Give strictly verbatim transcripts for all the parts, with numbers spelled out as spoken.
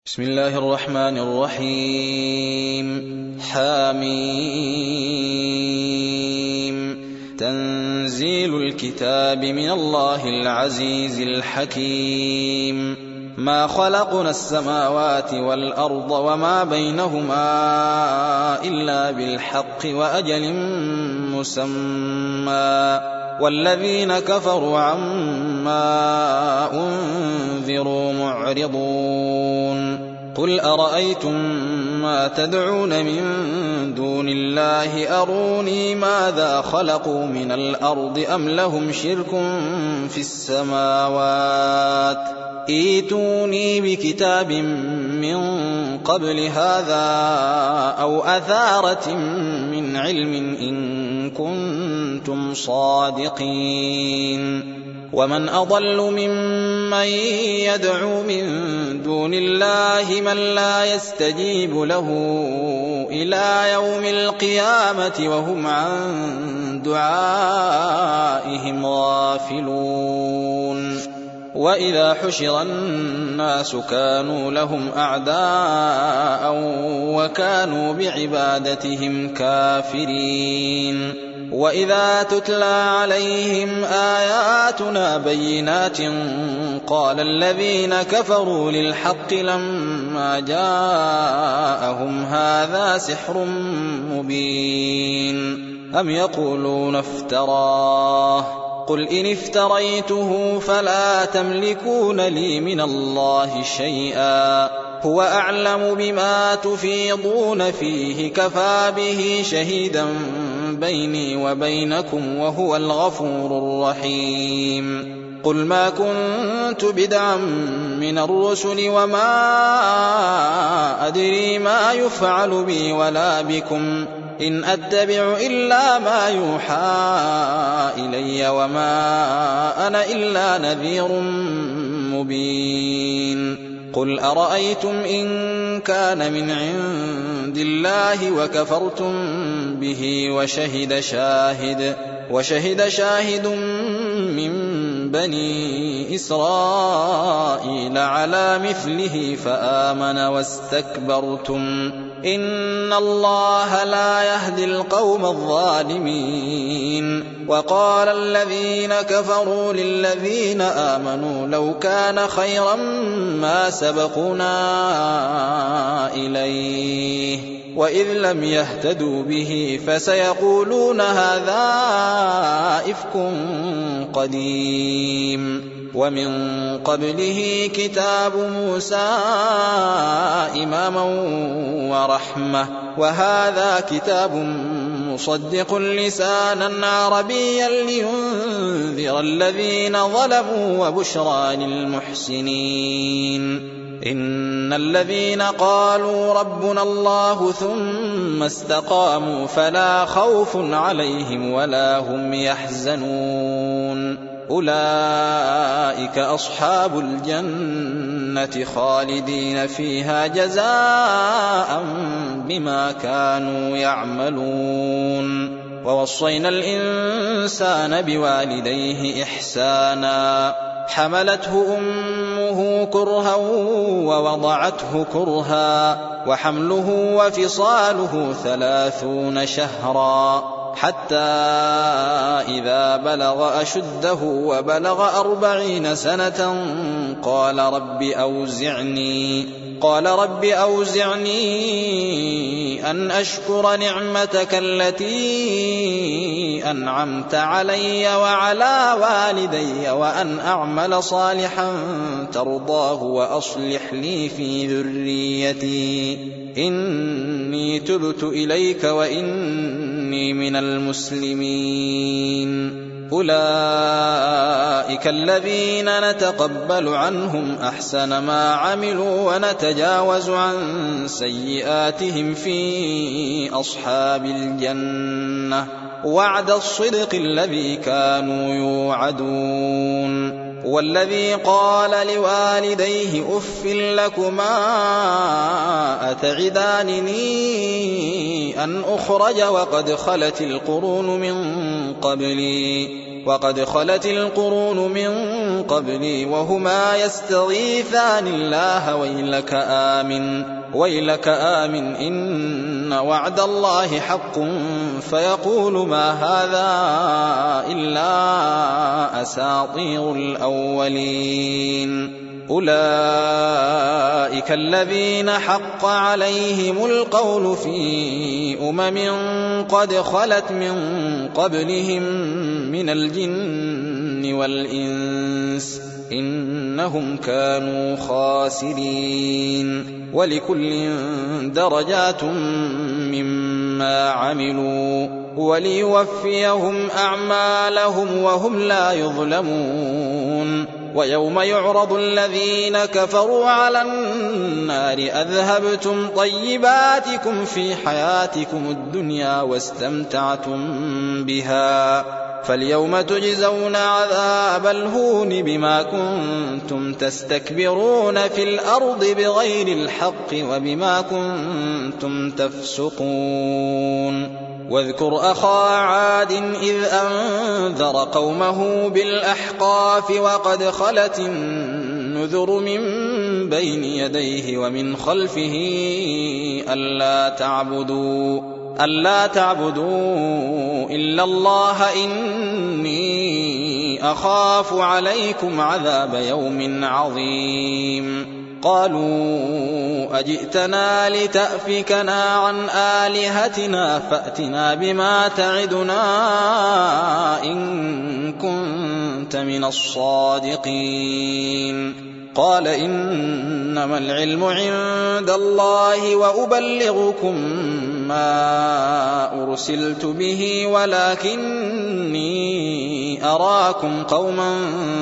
بسم الله الرحمن الرحيم. حاميم. تنزيل الكتاب من الله العزيز الحكيم. ما خلقنا السماوات والأرض وما بينهما إلا بالحق وأجل مسمى، والذين كفروا عما أنذروا معرضون. قل أرأيتم ما تدعون من دون الله أروني ماذا خلقوا من الأرض أم لهم شرك في السماوات، ائتوني بكتاب من قبل هذا أو أثارة من علم إن كنتم صادقين. ومن أضل ممن يدعو من دون الله من لا يستجيب له إلى يوم القيامة وهم عن دعائهم غافلون. وإذا حشر الناس كانوا لهم أعداء وكانوا بعبادتهم كافرين. وإذا تتلى عليهم آياتنا بينات قال الذين كفروا للحق لما جاءهم هذا سحر مبين أم يقولون افتراه قل إن افتريته فلا تملكون لي من الله شيئا هو أعلم بما تفيضون فيه كفى به شهيدا بيني وبينكم وهو الغفور الرحيم. قل ما كنت بدعا من الرسل وما أدري ما يفعل بي ولا بكم إن أتبع إلا ما يوحى إلي وما أنا إلا نذير مبين. قل أرأيتم إن كان من عند الله وكفرتم به وشهد شاهد وشهد شاهد من بني إسرائيل على مثله فآمن واستكبرتم إن الله لا يهدي القوم الظالمين. وقال الذين كفروا للذين آمنوا لو كان خيرا ما سبقونا إليه وإذ لم يهتدوا به فسيقولون هذا إفك قديم. ومن قبله كتاب موسى إماما ورحمة وهذا كتاب مصدق لسانا عربيا لينذر الذين ظلموا وبشرى للمحسنين. إن الذين قالوا ربنا الله ثم استقاموا فلا خوف عليهم ولا هم يحزنون أولئك أصحاب الجنة خالدين فيها جزاء بما كانوا يعملون. ووصينا الإنسان بوالديه إحسانا حملته أمه كرها ووضعته كرها وحمله وفصاله ثلاثون شهرا حتى إذا بلغ أشده وبلغ أربعين سنة قال رب أوزعني قال رب أوزعني أن أشكر نعمتك التي أنعمت علي وعلى والدي وأن أعمل صالحا ترضاه وأصلح لي في ذريتي إني تبت إليك وإني من المسلمين. أولئك الذين نتقبل عنهم أحسن ما عملوا ونتجاوز عن سيئاتهم في أصحاب الجنة وعد الصدق الذي كانوا يوعدون. والذي قال لوالديه أف لكما أتعدانني أن أخرج وقد خلت القرون من قبلي وقد خلت القرون من قبلي وهما يستغيثان الله ويلك آمن ويلك آمن إن وعد الله حق فيقول ما هذا إلا أساطير الأولين أولئك الذين حق عليهم القول في أمم قد خلت من قبلهم من الجن والإنس إنهم كانوا خاسرين ولكل درجات مما عملوا وليوفيهم أعمالهم وهم لا يظلمون ويوم يعرض الذين كفروا على النار أذهبتم طيباتكم في حياتكم الدنيا واستمتعتم بها فاليوم تجزون عذاب الهون بما كنتم تستكبرون في الأرض بغير الحق وبما كنتم تفسقون واذكر أخا عاد إذ أنذر قومه بالأحقاف وقد خلت النذر من بين يديه ومن خلفه ألا تعبدوا ألا تعبدوا إلا الله إني أخاف عليكم عذاب يوم عظيم قالوا أجئتنا لتأفكنا عن آلهتنا فأتنا بما تعدنا إن كنت من الصادقين قال إنما العلم عند الله وأبلغكم ما أرسلت به ولكني أراكم قوما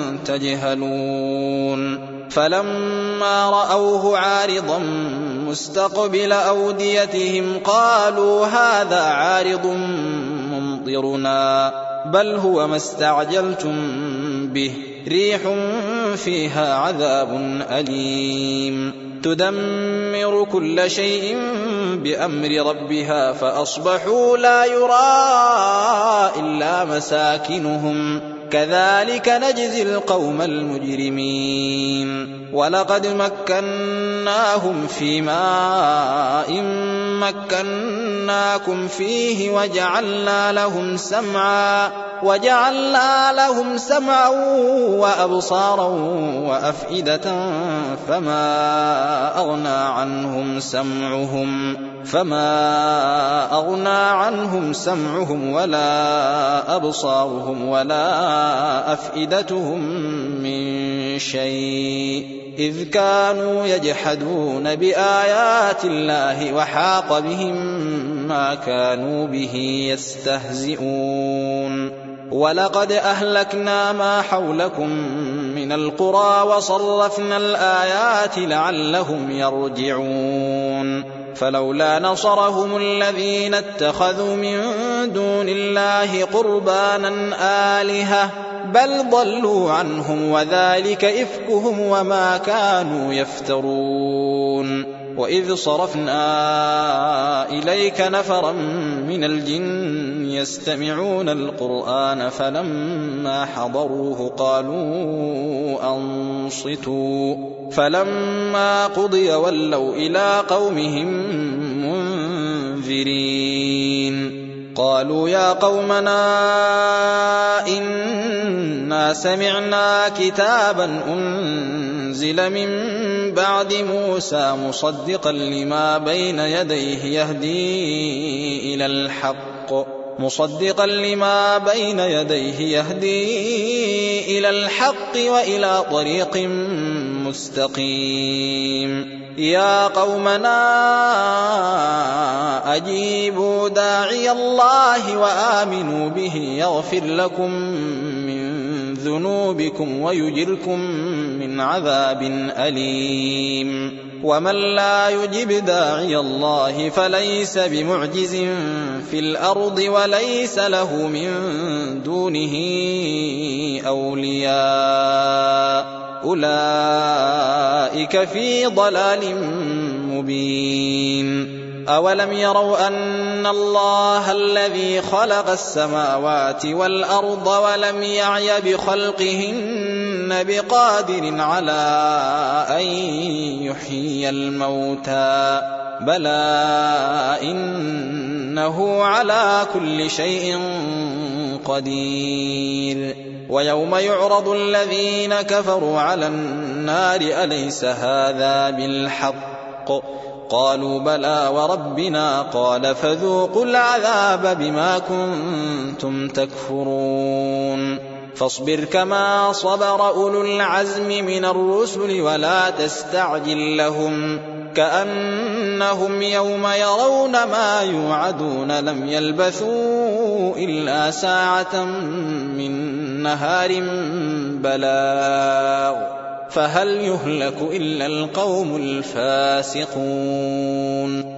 تجهلون فلما رأوه عارضا مستقبل أوديتهم قالوا هذا عارض ممطرنا بل هو ما استعجلتم به ريح فيها عذاب أليم تدمر كل شيء بأمر ربها فأصبحوا لا يرى إلا مساكنهم كذلك نجزي القوم المجرمين ولقد مكناهم في ماء مكناكم فيه وجعلنا لهم سمعا وجعلنا لهم سمعا وأبصارا وأفئدة فما أغنى عنهم سمعهم فما أغنى عنهم سمعهم ولا أبصارهم ولا أفئدتهم من شيء إذ كانوا يجحدون بآيات الله وحاق بهم ما كانوا به يستهزئون ولقد أهلكنا ما حولكم من القرى وصرفنا الآيات لعلهم يرجعون فلولا نصرهم الذين اتخذوا من دون الله قربانا آلهة بل ضلوا عنهم وذلك إفكهم وما كانوا يفترون وإذ صرفنا إليك نفرا من الجن يستمعون القرآن فلما حضروه قالوا أنصتوا فلما قضي ولوا إلى قومهم منذرين قالوا يا قومنا إنا سمعنا كتابا أنزل من بعد موسى مصدقا لما بين يديه يهدي إلى الحق مصدقا لما بين يديه يهدي إلى الحق وإلى طريق مستقيم يا قومنا أجيبوا داعي الله وآمنوا به يغفر لكم من بذنوبكم ويجركم من عذاب أليم. ومن لا يجب داعي الله فليس بمعجز في الأرض وليس له من دونه أولياء أولئك في ضلال مبين. أولم يروا أن الله الذي خلق السماوات والأرض ولم يعي بخلقهن بقادر على أن يحيي الموتى بلى إنه على كل شيء قدير. ويوم يعرض الذين كفروا على النار أليس هذا بالحق قالوا بلى وربنا قال فذوقوا العذاب بما كنتم تكفرون. فاصبر كما صبر أولو العزم من الرسل ولا تستعجل لهم كأنهم يوم يرون ما يوعدون لم يلبثوا إلا ساعة من نهار بلاغ فهل يهلك إلا القوم الفاسقون.